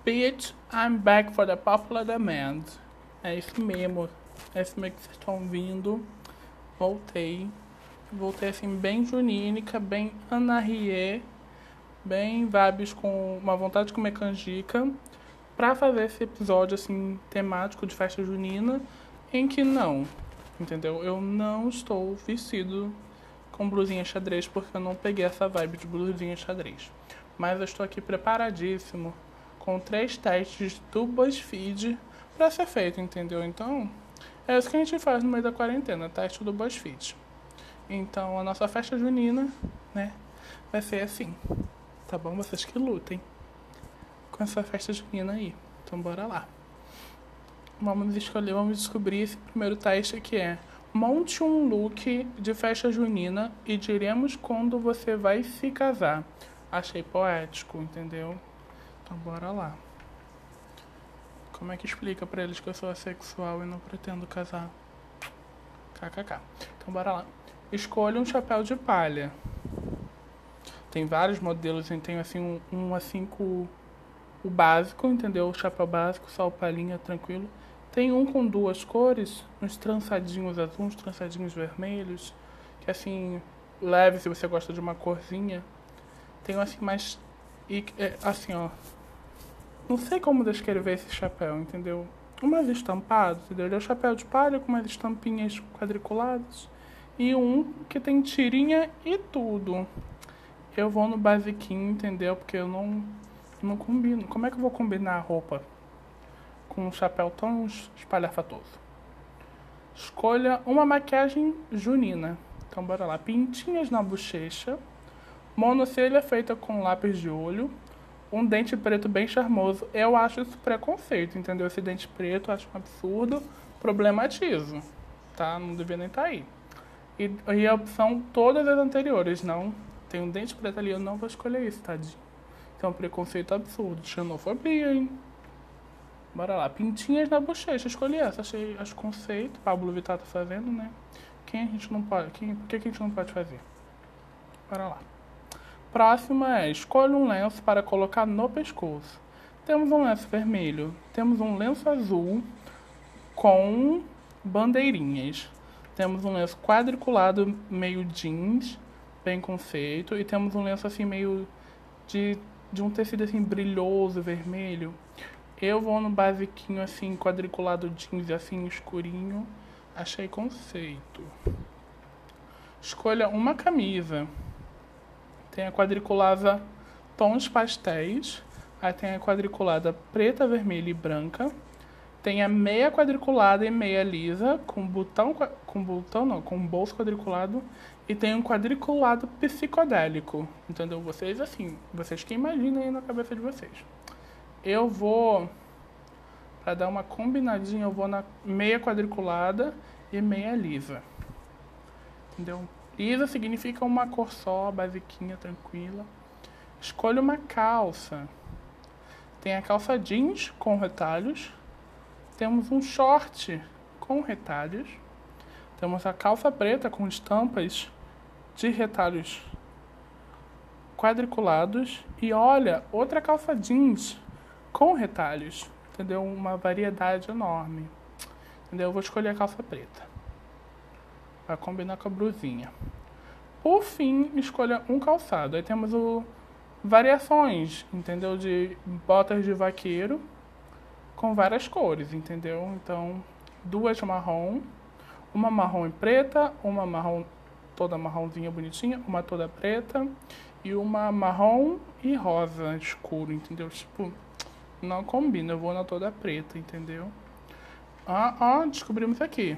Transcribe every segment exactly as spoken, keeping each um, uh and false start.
Bitch, I'm back for the popular demand. É isso mesmo. É isso mesmo que vocês estão ouvindo. Voltei. Voltei assim, bem junínica, bem Ana Rie, bem vibes com uma vontade de comer canjica, pra fazer esse episódio assim, temático de festa junina, em que não, entendeu? Eu não estou vestido com blusinha xadrez, porque eu não peguei essa vibe de blusinha xadrez. Mas eu estou aqui preparadíssimo, com três testes do BuzzFeed pra ser feito, entendeu? Então, é isso que a gente faz no meio da quarentena, teste do BuzzFeed. Então, a nossa festa junina, né, vai ser assim, tá bom? Vocês que lutem com essa festa junina aí. Então, bora lá. Vamos escolher, vamos descobrir esse primeiro teste que é: monte um look de festa junina e diremos quando você vai se casar. Achei poético, entendeu? Então, bora lá. Como é que explica pra eles que eu sou assexual e não pretendo casar? Kkk. Então, bora lá. Escolha um chapéu de palha. Tem vários modelos, tem assim um, um assim com o básico, entendeu? O chapéu básico, só o palhinha, tranquilo. Tem um com duas cores, uns trançadinhos azuis, uns trançadinhos vermelhos, que assim, leve se você gosta de uma corzinha. Tem um assim mais, e, é, assim ó, não sei como descrever esse chapéu, entendeu? Umas estampadas, entendeu? Ele é um chapéu de palha com umas estampinhas quadriculadas. E um que tem tirinha e tudo. Eu vou no basiquinho, entendeu? Porque eu não, não combino. Como é que eu vou combinar a roupa com um chapéu tão espalhafatoso? Escolha uma maquiagem junina. Então bora lá. Pintinhas na bochecha. Monocelha feita com lápis de olho. Um dente preto bem charmoso. Eu acho isso preconceito, entendeu? Esse dente preto eu acho um absurdo. Problematizo, tá? Não devia nem estar aí. E, e a opção todas as anteriores, não. Tem um dente preto ali, eu não vou escolher isso, tadinho. Isso é um preconceito absurdo. Xenofobia, hein? Bora lá. Pintinhas na bochecha. Escolhi essa. Achei, acho conceito. Pablo Vittar tá fazendo, né? Quem a gente não pode... Quem, por que a gente não pode fazer? Bora lá. Próxima é: escolha um lenço para colocar no pescoço. Temos um lenço vermelho. Temos um lenço azul com bandeirinhas. Temos um lenço quadriculado meio jeans, bem conceito. E temos um lenço assim meio de, de um tecido assim brilhoso, vermelho. Eu vou no basiquinho assim, quadriculado jeans assim, escurinho. Achei conceito. Escolha uma camisa. Tem a quadriculada tons pastéis. Aí tem a quadriculada preta, vermelha e branca. Tem a meia quadriculada e meia lisa, com botão, com botão não, com bolso quadriculado. E tem um quadriculado psicodélico, entendeu? Vocês assim, vocês que imaginem aí na cabeça de vocês. Eu vou, pra dar uma combinadinha, eu vou na meia quadriculada e meia lisa. Entendeu? Lisa significa uma cor só, basiquinha, tranquila. Escolha uma calça. Tem a calça jeans com retalhos. Temos um short com retalhos. Temos a calça preta com estampas de retalhos quadriculados. E olha, outra calça jeans com retalhos. Entendeu? Uma variedade enorme. Entendeu? Eu vou escolher a calça preta para combinar com a blusinha. Por fim, escolha um calçado. Aí temos o variações, entendeu? De botas de vaqueiro com várias cores, entendeu? Então, duas marrom, uma marrom e preta, uma marrom toda marronzinha bonitinha, uma toda preta e uma marrom e rosa escuro, entendeu? Tipo, não combina, eu vou na toda preta, entendeu? Ah, ah, descobrimos aqui.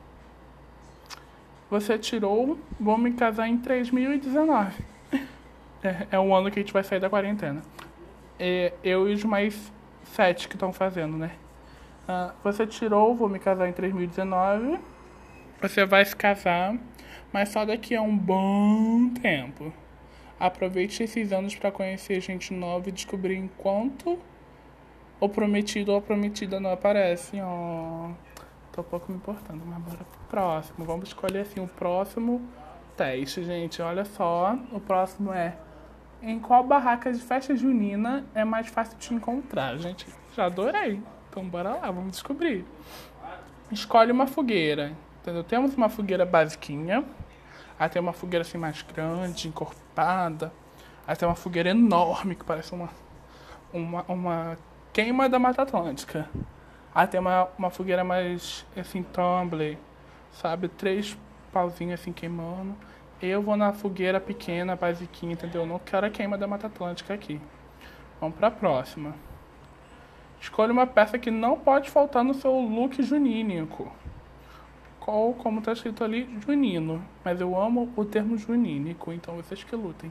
Você tirou Vou Me Casar em três mil e dezenove. É, é o ano que a gente vai sair da quarentena. É, eu e os mais sete que estão fazendo, né? Ah, você tirou Vou Me Casar em três mil e dezenove. Você vai se casar, mas só daqui a um bom tempo. Aproveite esses anos para conhecer gente nova e descobrir enquanto o prometido ou a prometida não aparece. Ó, tô um pouco me importando, mas bora pro próximo. Vamos escolher assim o próximo teste, gente. Olha só, o próximo é: Em qual barraca de festa junina é mais fácil de encontrar? Gente, já adorei. Então bora lá, vamos descobrir. Escolhe uma fogueira. Entendeu? Temos uma fogueira basiquinha. Aí tem uma fogueira assim mais grande, encorpada. Aí tem uma fogueira enorme que parece uma, uma, uma queima da Mata Atlântica. Aí tem uma, uma fogueira mais assim, tumblr, sabe? Três pauzinhos assim queimando. Eu vou na fogueira pequena, basiquinha, entendeu? Eu não quero a queima da Mata Atlântica aqui. Vamos pra próxima. Escolha uma peça que não pode faltar no seu look junínico. Qual, como tá escrito ali, junino. Mas eu amo o termo junínico, então vocês que lutem.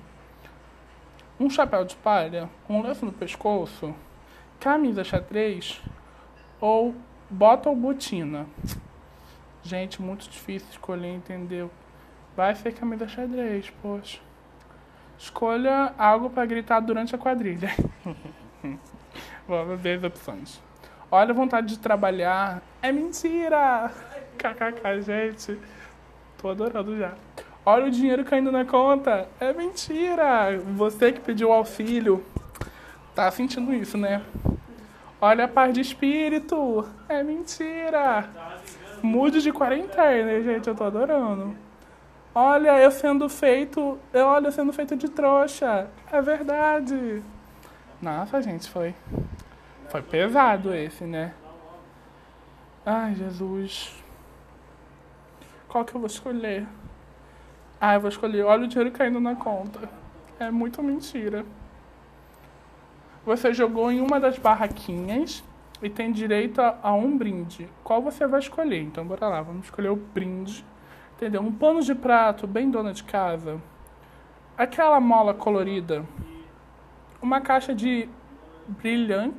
Um chapéu de palha, um lenço no pescoço, camisa xadrez ou bota ou botina. Gente, muito difícil escolher, entendeu? Vai ser camisa xadrez, poxa. Escolha algo para gritar durante a quadrilha. Vamos ver as opções. Olha a vontade de trabalhar. É mentira! Kkk, gente. Tô adorando já. Olha o dinheiro caindo na conta. É mentira! Você que pediu auxílio. Tá sentindo isso, né? Olha a paz de espírito. É mentira! Mude de quarentena, gente. Eu tô adorando. Olha, eu sendo feito... Olha, eu sendo feito de trouxa. É verdade. Nossa, gente, foi... Foi pesado esse, né? Ai, Jesus. Qual que eu vou escolher? Ah, eu vou escolher olha o dinheiro caindo na conta. É muito mentira. Você jogou em uma das barraquinhas e tem direito a, a um brinde. Qual você vai escolher? Então, bora lá. Vamos escolher o brinde. Entendeu? Um pano de prato bem dona de casa. Aquela mola colorida. Uma caixa de brilhante.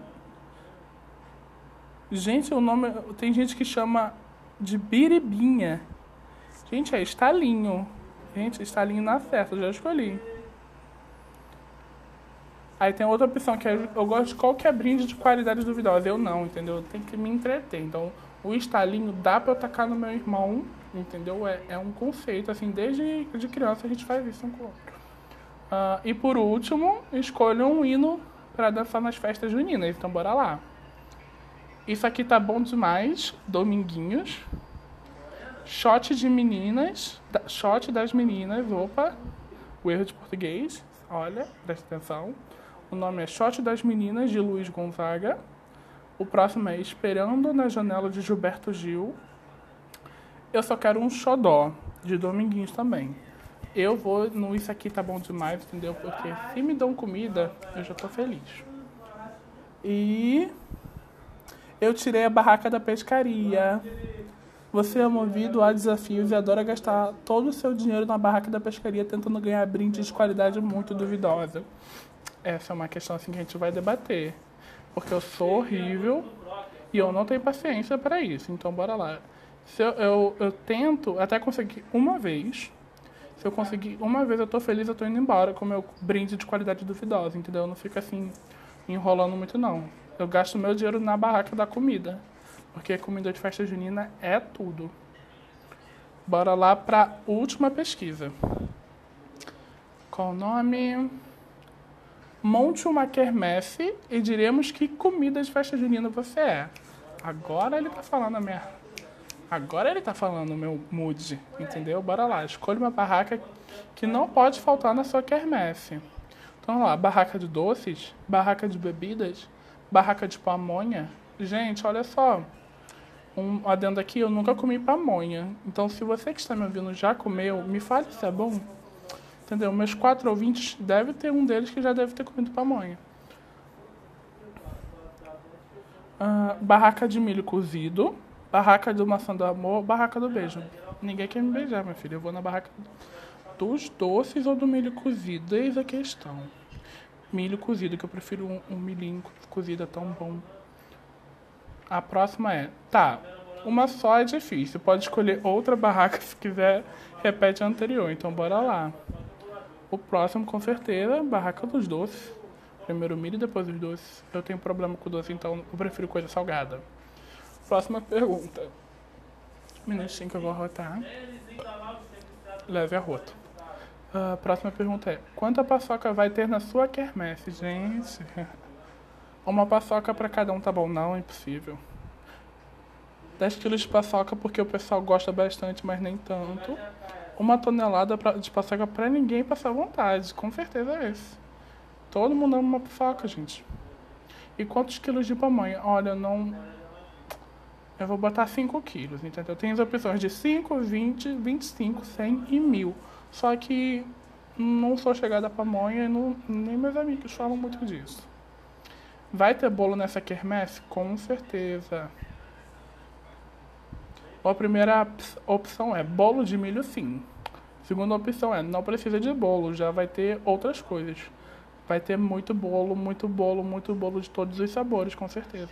Gente, o nome... Tem gente que chama de biribinha. Gente, é estalinho. Gente, estalinho na festa. Eu já escolhi. Aí tem outra opção que é, eu gosto de qualquer brinde de qualidade duvidosa. Eu não, entendeu? Tem que me entreter. Então, o estalinho dá pra eu tacar no meu irmão, entendeu? É, é um conceito, assim, desde de criança a gente faz isso um com o outro. Uh, e por último, escolha um hino pra dançar nas festas juninas. Então, bora lá. Isso aqui tá bom demais. Dominguinhos. Shot de meninas. Da, shot das meninas. Opa. O erro de português. Olha, presta atenção. O nome é Shot das Meninas, de Luiz Gonzaga. O próximo é Esperando na Janela, de Gilberto Gil. Eu só quero um xodó, de Dominguinhos também. Eu vou no Isso Aqui Tá Bom Demais, entendeu? Porque se me dão comida, eu já tô feliz. E eu tirei a barraca da pescaria. Você é movido a desafios e adora gastar todo o seu dinheiro na barraca da pescaria tentando ganhar brindes de qualidade muito duvidosa. Essa é uma questão assim que a gente vai debater. Porque eu sou horrível e eu não tenho paciência para isso. Então, bora lá. Se eu, eu, eu tento até conseguir uma vez. Se eu conseguir uma vez, eu tô feliz, eu tô indo embora com o meu brinde de qualidade duvidosa, entendeu? Eu não fico assim, enrolando muito, não. Eu gasto meu dinheiro na barraca da comida. Porque comida de festa junina é tudo. Bora lá pra última pesquisa. Qual o nome? Monte uma quermesse e diremos que comida de festa junina você é. Agora ele tá falando a minha... Agora ele tá falando o meu mood, entendeu? Bora lá, escolha uma barraca que não pode faltar na sua quermesse. Então, vamos lá, barraca de doces, barraca de bebidas, barraca de pamonha. Gente, olha só, um adendo aqui, eu nunca comi pamonha. Então, se você que está me ouvindo já comeu, me fale se é bom. Entendeu? Meus quatro ouvintes, deve ter um deles que já deve ter comido pamonha. Uh, barraca de milho cozido. Barraca do maçã do amor, barraca do beijo. Ninguém quer me beijar, minha filha. Eu vou na barraca dos doces ou do milho cozido. Eis a questão. Milho cozido, que eu prefiro um, um milhinho cozido, é tão bom. A próxima é... Tá, uma só é difícil. Pode escolher outra barraca se quiser. Repete a anterior. Então, bora lá. O próximo, com certeza, barraca dos doces. Primeiro o milho e depois os doces. Eu tenho problema com doce, então eu prefiro coisa salgada. Próxima pergunta. Um minutinho que eu vou arrotar. Leve a rota. A próxima pergunta é: quanta paçoca vai ter na sua quermesse? Gente, uma paçoca pra cada um tá bom? Não, é impossível. dez quilos de paçoca porque o pessoal gosta bastante, mas nem tanto. Uma tonelada de paçoca pra ninguém passar vontade, com certeza é esse. Todo mundo ama uma paçoca, gente. E quantos quilos de pamonha? Olha, não... Eu vou botar cinco quilos, entendeu? Tem as opções de cinco, vinte, vinte e cinco, cem e mil. Só que não sou chegada a pamonha e não, nem meus amigos falam muito disso. Vai ter bolo nessa quermesse? Com certeza. A primeira opção é bolo de milho, sim. Segunda opção é não precisa de bolo, já vai ter outras coisas. Vai ter muito bolo, muito bolo, muito bolo de todos os sabores, com certeza.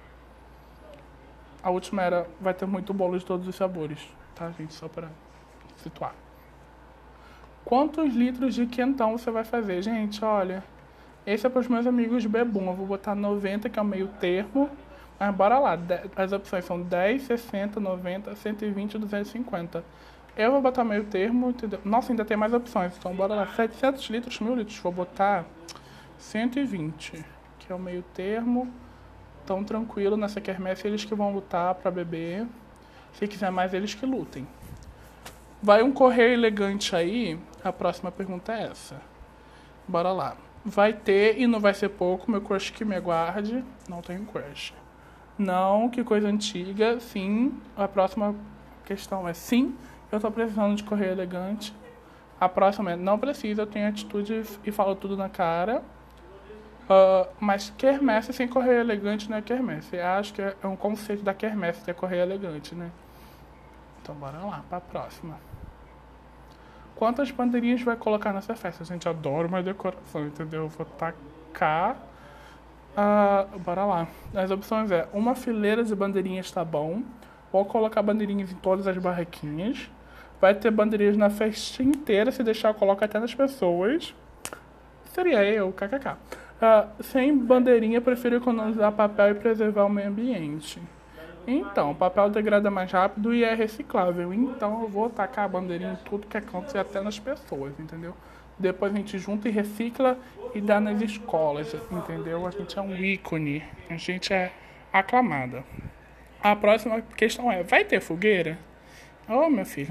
A última era vai ter muito bolo de todos os sabores, tá, gente? Só para situar. Quantos litros de quentão você vai fazer? Gente, olha, esse é para os meus amigos bebum. Eu vou botar noventa, que é o meio termo. Mas bora lá, as opções são dez, sessenta, noventa, cento e vinte e duzentos e cinquenta. Eu vou botar meio termo, entendeu? Nossa, ainda tem mais opções, então bora lá. setecentos litros, mil litros, vou botar cento e vinte, que é o meio termo. Tão tranquilo nessa quermesse, eles que vão lutar pra beber. Se quiser mais, eles que lutem. Vai um correio elegante aí? A próxima pergunta é essa. Bora lá. Vai ter e não vai ser pouco, meu crush que me aguarde. Não tenho crush. Não, que coisa antiga. Sim, a próxima questão é sim, eu tô precisando de correio elegante. A próxima é não precisa, eu tenho atitude e falo tudo na cara. Uh, mas quermesse sem correio elegante não é quermesse. Eu acho que é um conceito da quermesse ter correio elegante, né? Então bora lá, pra próxima. Quantas bandeirinhas vai colocar nessa festa? A gente adora uma decoração, entendeu? Eu vou tacar... Uh, bora lá. As opções é uma fileira de bandeirinhas tá bom. Vou colocar bandeirinhas em todas as barraquinhas. Vai ter bandeirinhas na festa inteira. Se deixar, eu coloco até nas pessoas. Seria eu, kkk. Uh, sem bandeirinha, prefiro economizar papel e preservar o meio ambiente. Então, o papel degrada mais rápido e é reciclável. Então, eu vou tacar a bandeirinha em tudo que é canto e até nas pessoas, entendeu? Depois a gente junta e recicla e dá nas escolas, entendeu? A gente é um ícone, a gente é aclamada. A próxima questão é, vai ter fogueira? Oh, meu filho.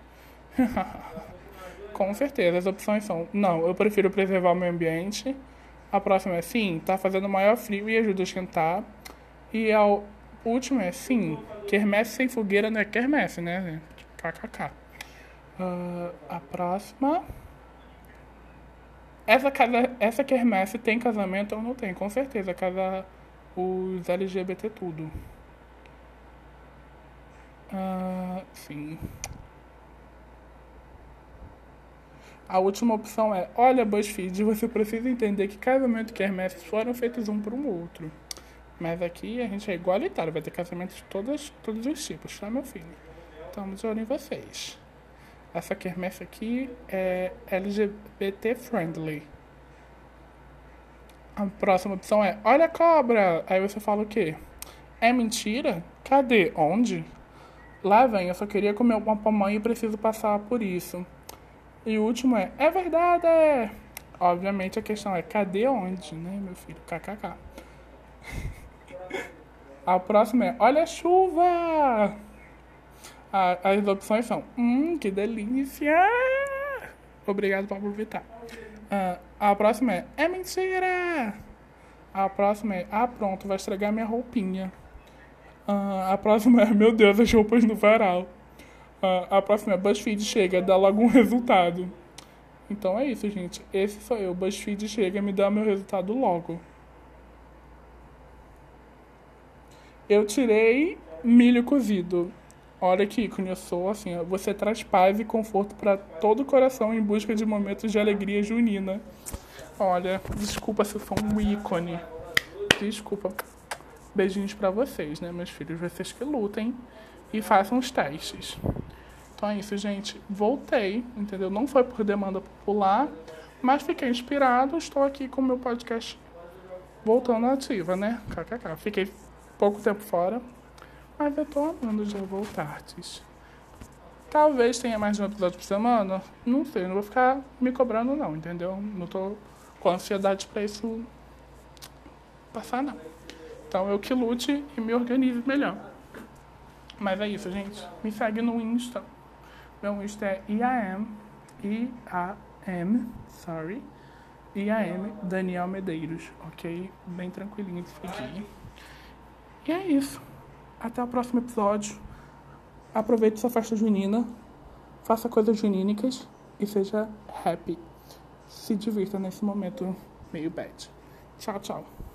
Com certeza, as opções são, não, eu prefiro preservar o meio ambiente. A próxima é, sim, tá fazendo maior frio e ajuda a esquentar. E a última é, sim, quermesse sem fogueira não é quermesse, né? Kkk. Uh, a próxima... Essa, casa, essa quermesse tem casamento ou não tem? Com certeza, casa os L G B T tudo. Uh, sim. A última opção é, olha, BuzzFeed, você precisa entender que casamento e quermesse foram feitos um para o outro. Mas aqui a gente é igualitário, vai ter casamento de todas, todos os tipos, tá, meu filho? Estamos de olho em vocês. Essa quermesse aqui é L G B T friendly. A próxima opção é, olha a cobra. Aí você fala o quê? É mentira? Cadê? Onde? Lá vem, eu só queria comer uma pamonha e preciso passar por isso. E o último é, é verdade! Obviamente a questão é, cadê onde, né, meu filho? Kkk. A próxima é, olha a chuva! As opções são, hum, que delícia! Obrigado, Pablo Vittar. Uh, a próxima é, é mentira! A próxima é, ah, pronto, vai estragar minha roupinha. Uh, a próxima é, meu Deus, as roupas no varal. Uh, a próxima é, BuzzFeed chega, dá logo um resultado. Então é isso, gente. Esse sou eu. BuzzFeed chega, me dá meu resultado logo. Eu tirei milho cozido. Olha que ícone, eu sou assim, ó, você traz paz e conforto para todo o coração em busca de momentos de alegria junina. Olha, desculpa se eu sou um ícone. Desculpa. Beijinhos para vocês, né, meus filhos? Vocês que lutem e façam os testes. Então é isso, gente. Voltei, entendeu? Não foi por demanda popular, mas fiquei inspirado. Estou aqui com o meu podcast voltando ativa, né? Kkk. Fiquei pouco tempo fora. Mas eu tô amando já voltar, Talvez tenha mais de um episódio por semana. Não sei, não vou ficar me cobrando não, entendeu? Não tô com ansiedade pra isso passar, não. Então eu que lute e me organize melhor. Mas é isso, gente. Me segue no Insta. Meu Insta é I A M, I A M, sorry, I A M Daniel Medeiros, ok? Bem tranquilinho de seguir. E é isso. Até o próximo episódio. Aproveite sua festa junina. Faça coisas junínicas e seja happy. Se divirta nesse momento meio bad. Tchau, tchau.